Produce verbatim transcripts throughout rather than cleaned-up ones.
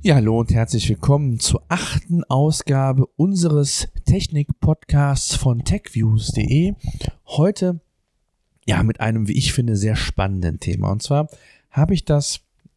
Ja, hallo und herzlich willkommen zur achten Ausgabe unseres Technik-Podcasts von techviews punkt de. Heute ja mit einem, wie ich finde, sehr spannenden Thema. Und zwar habe ich das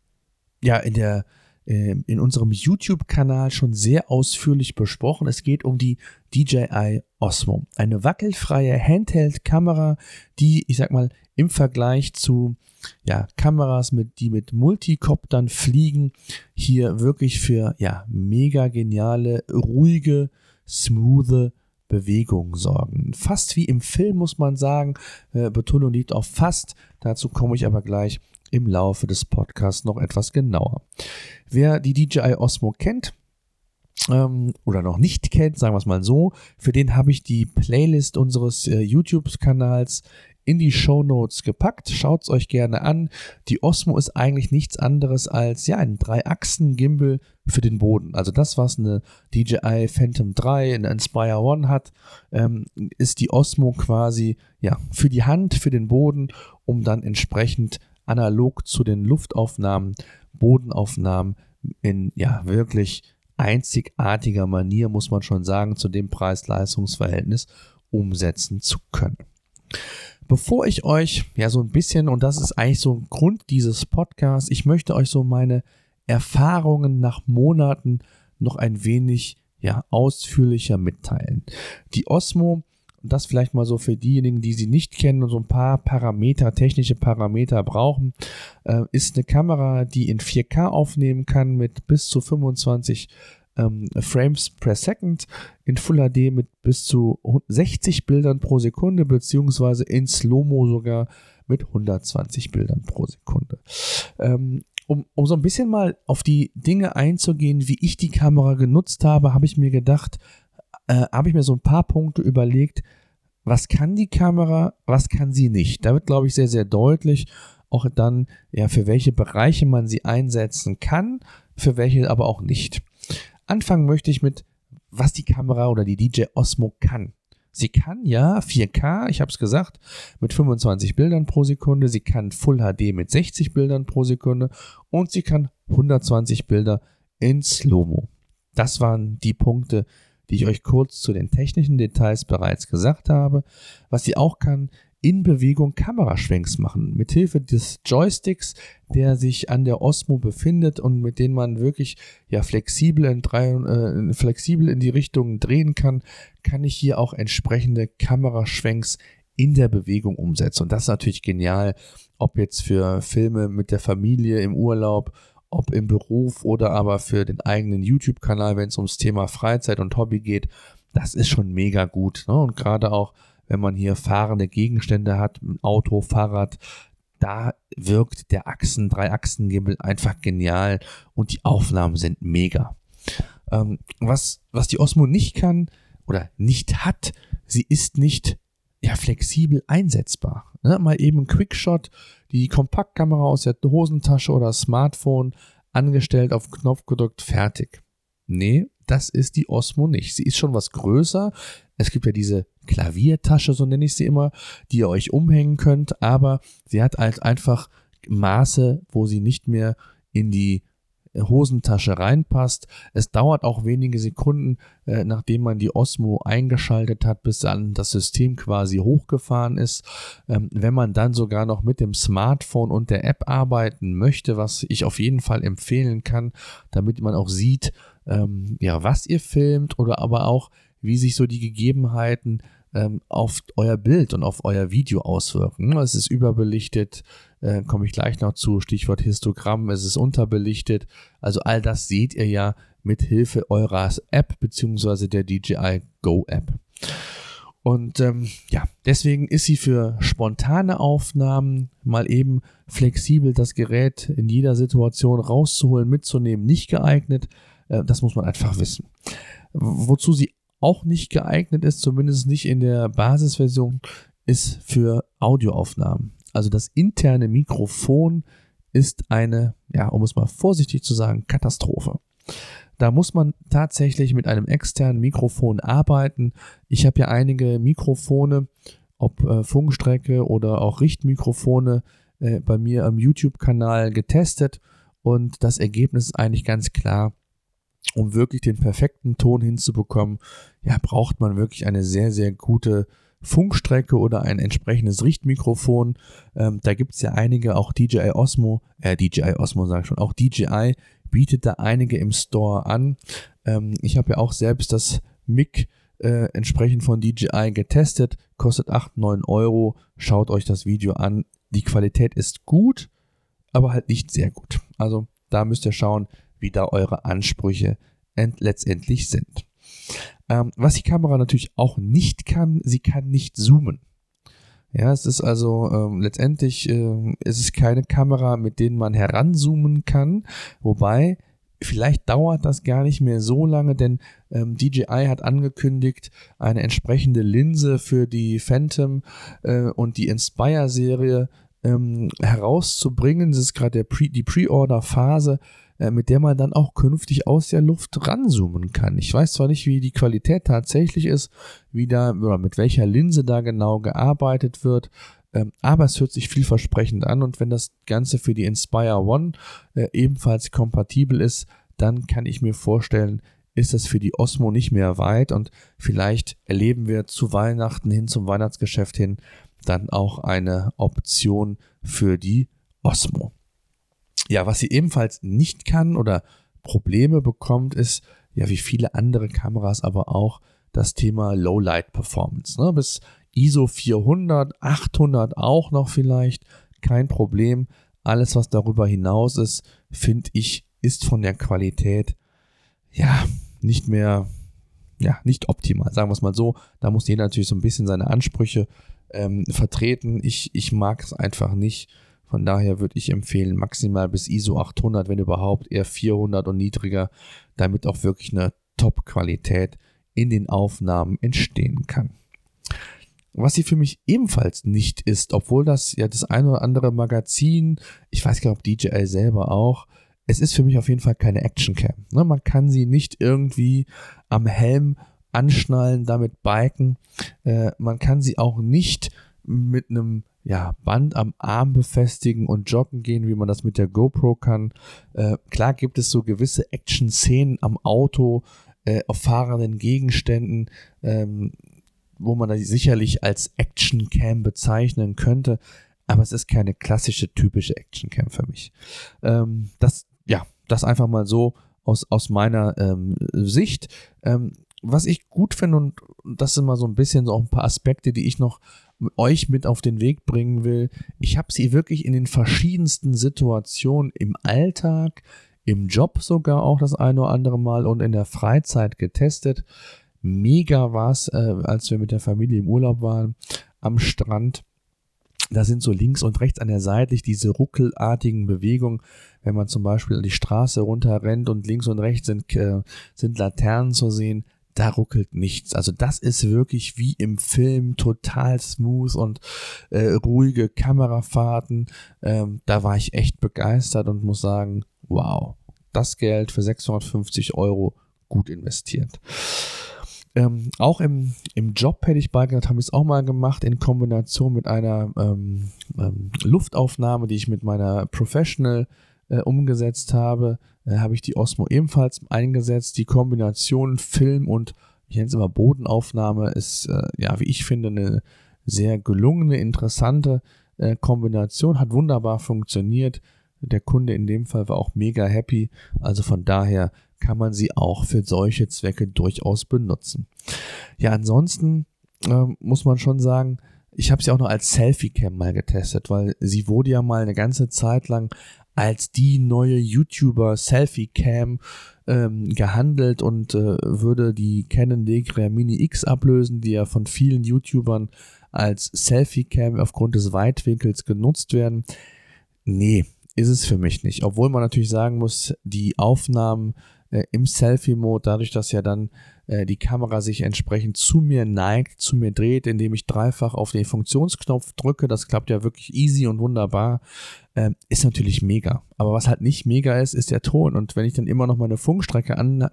ja in der äh, in unserem YouTube-Kanal schon sehr ausführlich besprochen. Es geht um die D J I Osmo, eine wackelfreie Handheld-Kamera, die, ich sag mal, im Vergleich zu ja, Kameras, mit, die mit Multicoptern fliegen, hier wirklich für ja, mega geniale, ruhige, smoothe Bewegung sorgen. Fast wie im Film, muss man sagen. Äh, Betonung liegt auf fast. Dazu komme ich aber gleich im Laufe des Podcasts noch etwas genauer. Wer die D J I Osmo kennt, ähm, oder noch nicht kennt, sagen wir es mal so, für den habe ich die Playlist unseres äh, YouTube-Kanals in die Shownotes gepackt. Schaut es euch gerne an. Die Osmo ist eigentlich nichts anderes als ja ein Drei-Achsen-Gimbal für den Boden. Also das, was eine D J I Phantom drei, eine Inspire One hat, ähm, ist die Osmo quasi ja für die Hand, für den Boden, um dann entsprechend analog zu den Luftaufnahmen, Bodenaufnahmen in ja wirklich einzigartiger Manier, muss man schon sagen, zu dem Preis-Leistungs-Verhältnis umsetzen zu können. Bevor ich euch ja so ein bisschen, und das ist eigentlich so ein Grund dieses Podcasts, ich möchte euch so meine Erfahrungen nach Monaten noch ein wenig ja ausführlicher mitteilen. Die Osmo, und das vielleicht mal so für diejenigen, die sie nicht kennen und so ein paar Parameter, technische Parameter brauchen, äh, ist eine Kamera, die in vier K aufnehmen kann mit bis zu fünfundzwanzig ähm, Frames per Second, in Full H D mit bis zu sechzig Bildern pro Sekunde, beziehungsweise in Slow-Mo sogar mit hundertzwanzig Bildern pro Sekunde. Ähm, um, um so ein bisschen mal auf die Dinge einzugehen, wie ich die Kamera genutzt habe, habe ich mir gedacht, äh, habe ich mir so ein paar Punkte überlegt, was kann die Kamera, was kann sie nicht. Da wird, glaube ich, sehr, sehr deutlich, auch dann, ja, für welche Bereiche man sie einsetzen kann, für welche aber auch nicht. Anfangen möchte ich mit, was die Kamera oder die D J I Osmo kann. Sie kann ja vier K, ich habe es gesagt, mit fünfundzwanzig Bildern pro Sekunde, sie kann Full H D mit sechzig Bildern pro Sekunde und sie kann hundertzwanzig Bilder in Slow-Mo. Das waren die Punkte, die ich euch kurz zu den technischen Details bereits gesagt habe. Was sie auch kann, in Bewegung Kameraschwenks machen, mithilfe des Joysticks, der sich an der Osmo befindet und mit dem man wirklich ja flexibel in, drei, äh, flexibel in die Richtung drehen kann, kann ich hier auch entsprechende Kameraschwenks in der Bewegung umsetzen. Und das ist natürlich genial, ob jetzt für Filme mit der Familie im Urlaub, ob im Beruf oder aber für den eigenen YouTube-Kanal, wenn es ums Thema Freizeit und Hobby geht. Das ist schon mega gut, ne? Und gerade auch, wenn man hier fahrende Gegenstände hat, ein Auto, Fahrrad, da wirkt der Achsen, Drei-Achsen-Gimbal einfach genial und die Aufnahmen sind mega. Ähm, was, was die Osmo nicht kann oder nicht hat, sie ist nicht ja, flexibel einsetzbar. Ne? Mal eben ein Quickshot, die Kompaktkamera aus der Hosentasche oder Smartphone angestellt, auf den Knopf gedrückt, fertig. Nee, das ist die Osmo nicht. Sie ist schon was größer. Es gibt ja diese Klaviertasche, so nenne ich sie immer, die ihr euch umhängen könnt, aber sie hat halt einfach Maße, wo sie nicht mehr in die Hosentasche reinpasst. Es dauert auch wenige Sekunden, äh, nachdem man die Osmo eingeschaltet hat, bis dann das System quasi hochgefahren ist. Ähm, wenn man dann sogar noch mit dem Smartphone und der App arbeiten möchte, was ich auf jeden Fall empfehlen kann, damit man auch sieht, ähm, ja, was ihr filmt oder aber auch, wie sich so die Gegebenheiten ähm, auf euer Bild und auf euer Video auswirken. Es ist überbelichtet, äh, komme ich gleich noch zu, Stichwort Histogramm, es ist unterbelichtet. Also all das seht ihr ja mit Hilfe eurer App bzw. der D J I Go App. Und ähm, ja, deswegen ist sie für spontane Aufnahmen, mal eben flexibel das Gerät in jeder Situation rauszuholen, mitzunehmen, nicht geeignet. Äh, das muss man einfach wissen. Wozu sie auch nicht geeignet ist, zumindest nicht in der Basisversion, ist für Audioaufnahmen. Also das interne Mikrofon ist eine, ja, um es mal vorsichtig zu sagen, Katastrophe. Da muss man tatsächlich mit einem externen Mikrofon arbeiten. Ich habe ja einige Mikrofone, ob äh, Funkstrecke oder auch Richtmikrofone, äh, bei mir am YouTube-Kanal getestet. und das Ergebnis ist eigentlich ganz klar. Um wirklich den perfekten Ton hinzubekommen, ja, braucht man wirklich eine sehr, sehr gute Funkstrecke oder ein entsprechendes Richtmikrofon. Ähm, da gibt es ja einige, auch D J I Osmo, äh, D J I Osmo sage ich schon, auch D J I bietet da einige im Store an. Ähm, ich habe ja auch selbst das Mic äh, entsprechend von D J I getestet, kostet acht, neun Euro. Schaut euch das Video an. Die Qualität ist gut, aber halt nicht sehr gut. Also da müsst ihr schauen, wie da eure Ansprüche ent- letztendlich sind. Ähm, was die Kamera natürlich auch nicht kann, sie kann nicht zoomen. Ja, es ist also ähm, letztendlich äh, ist es keine Kamera, mit denen man heranzoomen kann, wobei vielleicht dauert das gar nicht mehr so lange, denn ähm, D J I hat angekündigt, eine entsprechende Linse für die Phantom äh, und die Inspire-Serie ähm, herauszubringen. Das ist gerade der Pre- die Pre-Order-Phase, äh, mit der man dann auch künftig aus der Luft ranzoomen kann. Ich weiß zwar nicht, wie die Qualität tatsächlich ist, wie da oder mit welcher Linse da genau gearbeitet wird, ähm, aber es hört sich vielversprechend an, und wenn das Ganze für die Inspire One äh, ebenfalls kompatibel ist, dann kann ich mir vorstellen, ist das für die Osmo nicht mehr weit, und vielleicht erleben wir zu Weihnachten hin, zum Weihnachtsgeschäft hin, dann auch eine Option für die Osmo. Ja, was sie ebenfalls nicht kann oder Probleme bekommt, ist, ja, wie viele andere Kameras aber auch, das Thema Lowlight Performance. Ne? Bis I S O vierhundert, achthundert auch noch vielleicht, kein Problem. Alles, was darüber hinaus ist, finde ich, ist von der Qualität, ja, nicht mehr, ja, nicht optimal, sagen wir es mal so. Da muss jeder natürlich so ein bisschen seine Ansprüche ähm, vertreten. Ich, ich mag es einfach nicht. Von daher würde ich empfehlen, maximal bis I S O achthundert, wenn überhaupt, eher vierhundert und niedriger, damit auch wirklich eine Top-Qualität in den Aufnahmen entstehen kann. Was sie für mich ebenfalls nicht ist, obwohl das ja das ein oder andere Magazin, ich weiß gar nicht, ob D J I selber auch, es ist für mich auf jeden Fall keine Actioncam. Ne, man kann sie nicht irgendwie am Helm anschnallen, damit biken. Äh, man kann sie auch nicht mit einem ja, Band am Arm befestigen und joggen gehen, wie man das mit der GoPro kann. Äh, klar gibt es so gewisse Action-Szenen am Auto, äh, auf fahrenden Gegenständen, ähm, wo man das sicherlich als Action-Cam bezeichnen könnte, aber es ist keine klassische, typische Action-Cam für mich. Ähm, das, ja, das einfach mal so aus, aus meiner ähm, Sicht. Ähm, was ich gut finde, und das sind mal so ein bisschen so auch ein paar Aspekte, die ich noch euch mit auf den Weg bringen will. Ich habe sie wirklich in den verschiedensten Situationen im Alltag, im Job sogar auch das eine oder andere Mal und in der Freizeit getestet. Mega war es, äh, als wir mit der Familie im Urlaub waren, am Strand. Da sind so links und rechts an der Seite diese ruckelartigen Bewegungen, wenn man zum Beispiel die Straße runter rennt und links und rechts sind, äh, sind Laternen zu sehen. Da ruckelt nichts. Also das ist wirklich wie im Film, total smooth und äh, ruhige Kamerafahrten. Ähm, da war ich echt begeistert und muss sagen, wow, das Geld für sechshundertfünfzig Euro gut investiert. Ähm, auch im, im Job hätte ich bald gedacht, habe ich es auch mal gemacht, in Kombination mit einer ähm, ähm, Luftaufnahme, die ich mit meiner Professional äh, umgesetzt habe, äh, habe ich die Osmo ebenfalls eingesetzt. Die Kombination Film und, ich nenne es immer Bodenaufnahme, ist, äh, ja, wie ich finde, eine sehr gelungene, interessante äh, Kombination, hat wunderbar funktioniert. Der Kunde in dem Fall war auch mega happy, also von daher kann man sie auch für solche Zwecke durchaus benutzen. Ja, ansonsten äh, muss man schon sagen, ich habe sie auch noch als Selfie-Cam mal getestet, weil sie wurde ja mal eine ganze Zeit lang als die neue YouTuber-Selfie-Cam ähm, gehandelt und äh, würde die Canon Legria Mini X ablösen, die ja von vielen YouTubern als Selfie-Cam aufgrund des Weitwinkels genutzt werden. Nee, ist es für mich nicht. Obwohl man natürlich sagen muss, die Aufnahmen äh, im Selfie-Mode, dadurch, dass ja dann äh, die Kamera sich entsprechend zu mir neigt, zu mir dreht, indem ich dreifach auf den Funktionsknopf drücke, das klappt ja wirklich easy und wunderbar, äh, ist natürlich mega. Aber was halt nicht mega ist, ist der Ton. Und wenn ich dann immer noch meine Funkstrecke anpacken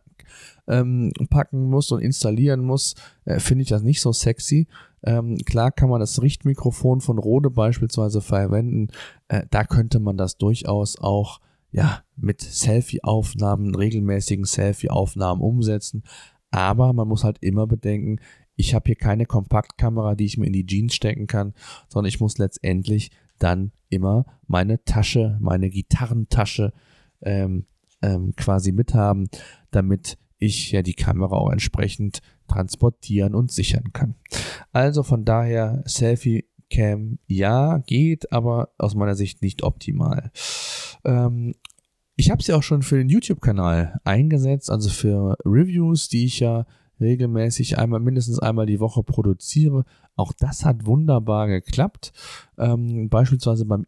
ähm, muss und installieren muss, äh, finde ich das nicht so sexy. Ähm, klar kann man das Richtmikrofon von Rode beispielsweise verwenden. Äh, da könnte man das durchaus auch ja, mit Selfie-Aufnahmen, regelmäßigen Selfie-Aufnahmen umsetzen. Aber man muss halt immer bedenken, ich habe hier keine Kompaktkamera, die ich mir in die Jeans stecken kann, sondern ich muss letztendlich dann immer meine Tasche, meine Gitarrentasche ähm, ähm, quasi mithaben, damit ich ja die Kamera auch entsprechend transportieren und sichern kann. Also von daher Selfie-Cam, ja, geht, aber aus meiner Sicht nicht optimal. Ähm, ich habe sie auch schon für den YouTube-Kanal eingesetzt, also für Reviews, die ich ja regelmäßig einmal, mindestens einmal die Woche produziere. Auch das hat wunderbar geklappt. Ähm, beispielsweise beim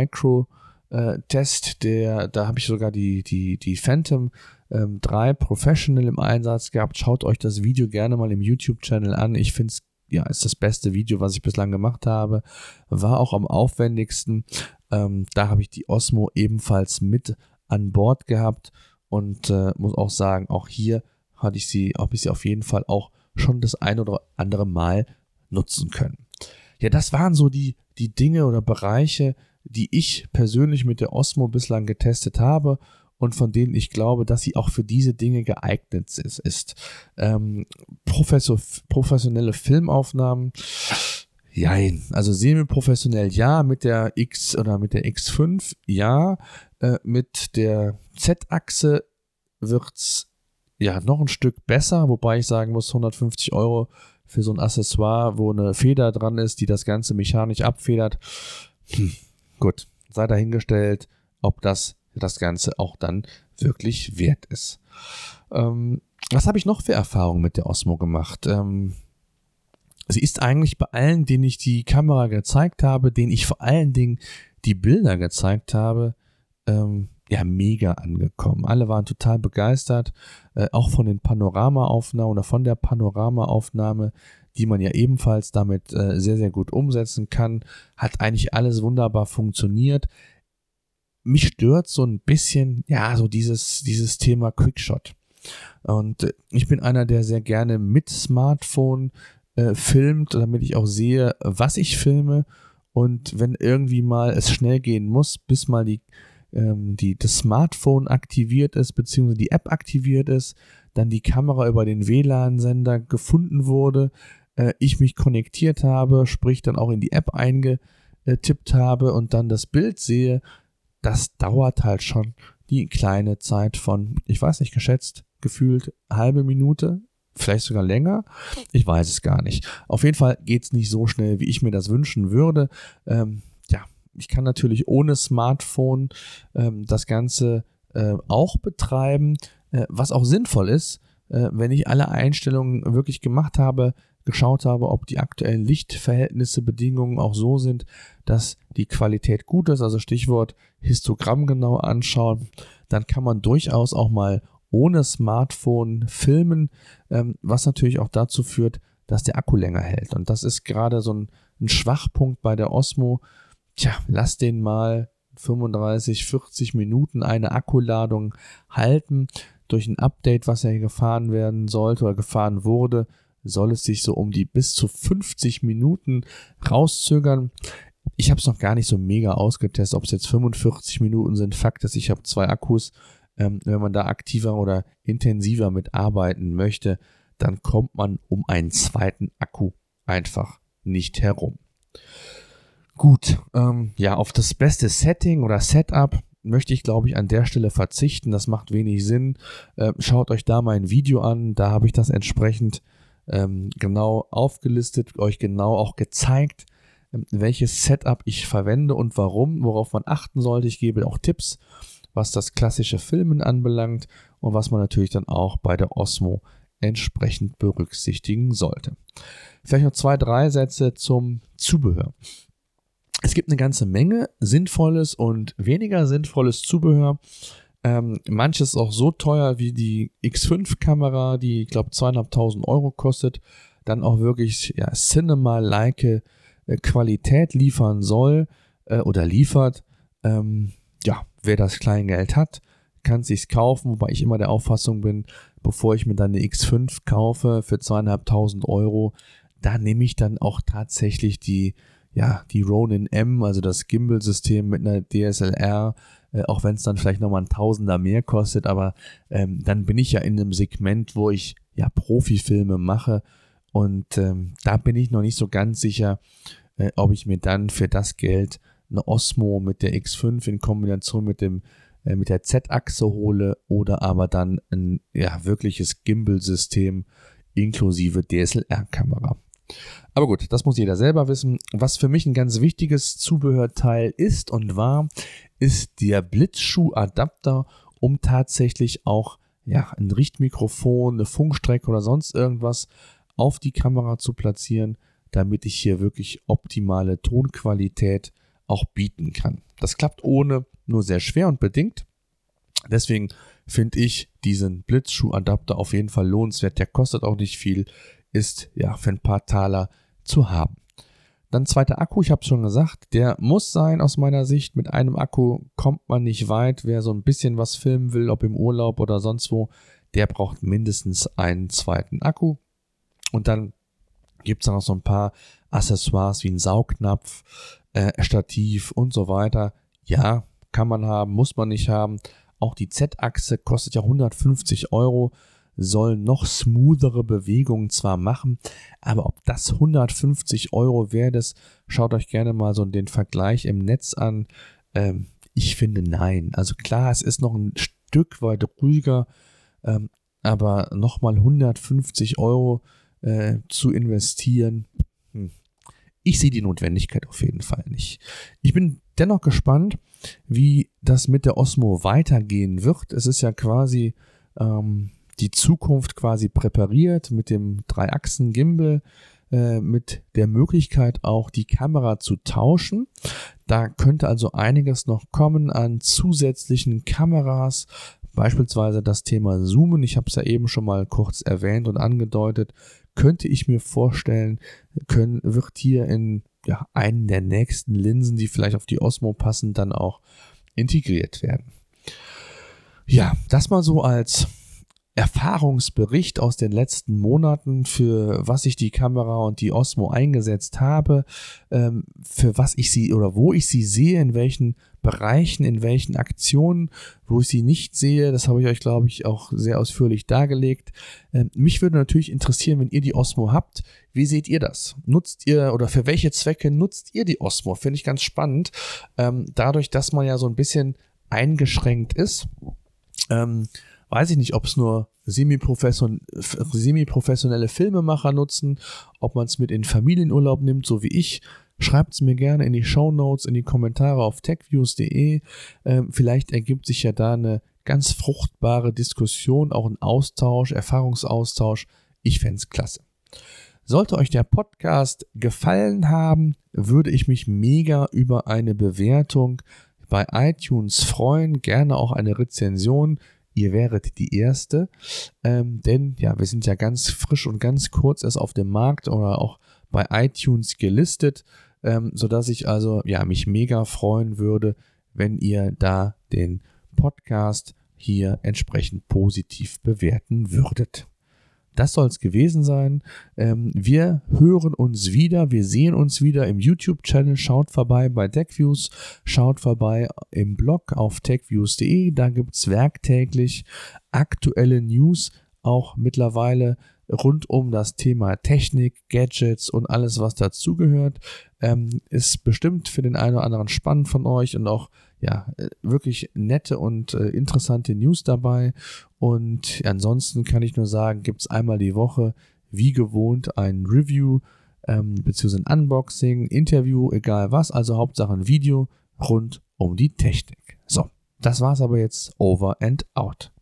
eMicro-Test, der, da habe ich sogar die, die, die Phantom ähm, drei Professional im Einsatz gehabt. Schaut euch das Video gerne mal im YouTube-Channel an. Ich finde es, ja, ist das beste Video, was ich bislang gemacht habe. War auch am aufwendigsten. Ähm, da habe ich die Osmo ebenfalls mit an Bord gehabt und äh, muss auch sagen, auch hier hatte ich sie, habe ich sie auf jeden Fall auch schon das ein oder andere Mal nutzen können. Ja, das waren so die, die Dinge oder Bereiche, die ich persönlich mit der Osmo bislang getestet habe und von denen ich glaube, dass sie auch für diese Dinge geeignet ist. ist. Ähm, professionelle Filmaufnahmen, jein, also semi-professionell ja, mit der X oder mit der X fünf ja, äh, mit der Z-Achse wird's ja noch ein Stück besser, wobei ich sagen muss, hundertfünfzig Euro für so ein Accessoire, wo eine Feder dran ist, die das Ganze mechanisch abfedert. Hm, gut, sei dahingestellt, ob das das Ganze auch dann wirklich wert ist. Ähm, was habe ich noch für Erfahrungen mit der Osmo gemacht? Ähm, sie ist eigentlich bei allen, denen ich die Kamera gezeigt habe, denen ich vor allen Dingen die Bilder gezeigt habe, ähm, ja, mega angekommen. Alle waren total begeistert, äh, auch von den Panoramaaufnahmen oder von der Panoramaaufnahme, die man ja ebenfalls damit äh, sehr, sehr gut umsetzen kann. Hat eigentlich alles wunderbar funktioniert. Mich stört so ein bisschen, ja, so dieses, dieses Thema Quickshot. Und äh, ich bin einer, der sehr gerne mit Smartphone äh, filmt, damit ich auch sehe, was ich filme. Und wenn irgendwie mal es schnell gehen muss, bis mal die Die, das Smartphone aktiviert ist, beziehungsweise die App aktiviert ist, dann die Kamera über den W L A N-Sender gefunden wurde, äh, ich mich konnektiert habe, sprich dann auch in die App eingetippt habe und dann das Bild sehe, das dauert halt schon die kleine Zeit von, ich weiß nicht, geschätzt, gefühlt halbe Minute, vielleicht sogar länger, ich weiß es gar nicht. Auf jeden Fall geht es nicht so schnell, wie ich mir das wünschen würde. Ähm, ja, Ich kann natürlich ohne Smartphone ähm, das Ganze äh, auch betreiben, äh, was auch sinnvoll ist, äh, wenn ich alle Einstellungen wirklich gemacht habe, geschaut habe, ob die aktuellen Lichtverhältnisse, Bedingungen auch so sind, dass die Qualität gut ist, also Stichwort Histogramm genau anschauen, dann kann man durchaus auch mal ohne Smartphone filmen, ähm, was natürlich auch dazu führt, dass der Akku länger hält. Und das ist gerade so ein, ein Schwachpunkt bei der Osmo. Tja, lass den mal fünfunddreißig, vierzig Minuten eine Akkuladung halten. Durch ein Update, was ja gefahren werden sollte oder gefahren wurde, soll es sich so um die bis zu fünfzig Minuten rauszögern. Ich habe es noch gar nicht so mega ausgetestet, ob es jetzt fünfundvierzig Minuten sind. Fakt ist, ich habe zwei Akkus. Ähm, wenn man da aktiver oder intensiver mit arbeiten möchte, dann kommt man um einen zweiten Akku einfach nicht herum. Gut, ähm, ja, auf das beste Setting oder Setup möchte ich, glaube ich, an der Stelle verzichten. Das macht wenig Sinn. Ähm, schaut euch da mein Video an. Da habe ich das entsprechend ähm, genau aufgelistet, euch genau auch gezeigt, ähm, welches Setup ich verwende und warum, worauf man achten sollte. Ich gebe auch Tipps, was das klassische Filmen anbelangt und was man natürlich dann auch bei der Osmo entsprechend berücksichtigen sollte. Vielleicht noch zwei, drei Sätze zum Zubehör. Es gibt eine ganze Menge sinnvolles und weniger sinnvolles Zubehör. Ähm, manches auch so teuer wie die X fünf Kamera, die ich glaube zweieinhalbtausend Euro kostet, dann auch wirklich ja, Cinema-like äh, Qualität liefern soll äh, oder liefert. Ähm, ja, wer das Kleingeld hat, kann es sich kaufen, wobei ich immer der Auffassung bin, bevor ich mir dann eine X fünf kaufe für zweieinhalbtausend Euro, da nehme ich dann auch tatsächlich die ja, die Ronin M, also das Gimbal-System mit einer D S L R, äh, auch wenn es dann vielleicht nochmal ein Tausender mehr kostet, aber ähm, dann bin ich ja in einem Segment, wo ich ja Profifilme mache und ähm, da bin ich noch nicht so ganz sicher, äh, ob ich mir dann für das Geld eine Osmo mit der X fünf in Kombination mit dem äh, mit der Z-Achse hole oder aber dann ein ja wirkliches Gimbal-System inklusive D S L R-Kamera. Aber gut, das muss jeder selber wissen. Was für mich ein ganz wichtiges Zubehörteil ist und war, ist der Blitzschuhadapter, um tatsächlich auch ja, ein Richtmikrofon, eine Funkstrecke oder sonst irgendwas auf die Kamera zu platzieren, damit ich hier wirklich optimale Tonqualität auch bieten kann. Das klappt ohne nur sehr schwer und bedingt. Deswegen finde ich diesen Blitzschuhadapter auf jeden Fall lohnenswert. Der kostet auch nicht viel, ist ja für ein paar Taler zu haben. Dann zweiter Akku, ich habe es schon gesagt, der muss sein aus meiner Sicht. Mit einem Akku kommt man nicht weit. Wer so ein bisschen was filmen will, ob im Urlaub oder sonst wo, der braucht mindestens einen zweiten Akku. Und dann gibt es noch so ein paar Accessoires wie ein Saugnapf, äh, Stativ und so weiter. Ja, kann man haben, muss man nicht haben. Auch die Z-Achse kostet ja hundertfünfzig Euro. Soll noch smoothere Bewegungen zwar machen, aber ob das hundertfünfzig Euro wert ist, schaut euch gerne mal so den Vergleich im Netz an. Ähm, ich finde nein. Also klar, es ist noch ein Stück weit ruhiger, ähm, aber nochmal hundertfünfzig Euro äh, zu investieren, hm. Ich sehe die Notwendigkeit auf jeden Fall nicht. Ich bin dennoch gespannt, wie das mit der Osmo weitergehen wird. Es ist ja quasi ähm, die Zukunft quasi präpariert mit dem Drei-Achsen-Gimbal, äh, mit der Möglichkeit auch die Kamera zu tauschen. Da könnte also einiges noch kommen an zusätzlichen Kameras, beispielsweise das Thema Zoomen. Ich habe es ja eben schon mal kurz erwähnt und angedeutet. Könnte ich mir vorstellen, können, wird hier in ja, einen der nächsten Linsen, die vielleicht auf die Osmo passen, dann auch integriert werden. Ja, das mal so als Erfahrungsbericht aus den letzten Monaten, für was ich die Kamera und die Osmo eingesetzt habe, ähm, für was ich sie oder wo ich sie sehe, in welchen Bereichen, in welchen Aktionen, wo ich sie nicht sehe. Das habe ich euch, glaube ich, auch sehr ausführlich dargelegt. Ähm, mich würde natürlich interessieren, wenn ihr die Osmo habt, wie seht ihr das? Nutzt ihr oder für welche Zwecke nutzt ihr die Osmo? Finde ich ganz spannend. Ähm, dadurch, dass man ja so ein bisschen eingeschränkt ist, ähm, weiß ich nicht, ob es nur semi-profession- semi-professionelle Filmemacher nutzen, ob man es mit in Familienurlaub nimmt, so wie ich. Schreibt es mir gerne in die Shownotes, in die Kommentare auf techviews punkt de. Ähm, vielleicht ergibt sich ja da eine ganz fruchtbare Diskussion, auch ein Austausch, Erfahrungsaustausch. Ich fände es klasse. Sollte euch der Podcast gefallen haben, würde ich mich mega über eine Bewertung bei iTunes freuen. Gerne auch eine Rezension. Ihr wäret die Erste, ähm, denn ja, wir sind ja ganz frisch und ganz kurz erst auf dem Markt oder auch bei iTunes gelistet, ähm, sodass ich also ja mich mega freuen würde, wenn ihr da den Podcast hier entsprechend positiv bewerten würdet. Das soll es gewesen sein. Ähm, wir hören uns wieder, wir sehen uns wieder im YouTube-Channel. Schaut vorbei bei TechViews, schaut vorbei im Blog auf techviews punkt de. Da gibt es werktäglich aktuelle News, auch mittlerweile rund um das Thema Technik, Gadgets und alles, was dazugehört. Ähm, ist bestimmt für den einen oder anderen spannend von euch und auch ja, wirklich nette und äh, interessante News dabei. Und ansonsten kann ich nur sagen, gibt es einmal die Woche, wie gewohnt, ein Review, ähm, beziehungsweise ein Unboxing, Interview, egal was, also Hauptsache ein Video rund um die Technik. So, das war's aber jetzt, over and out.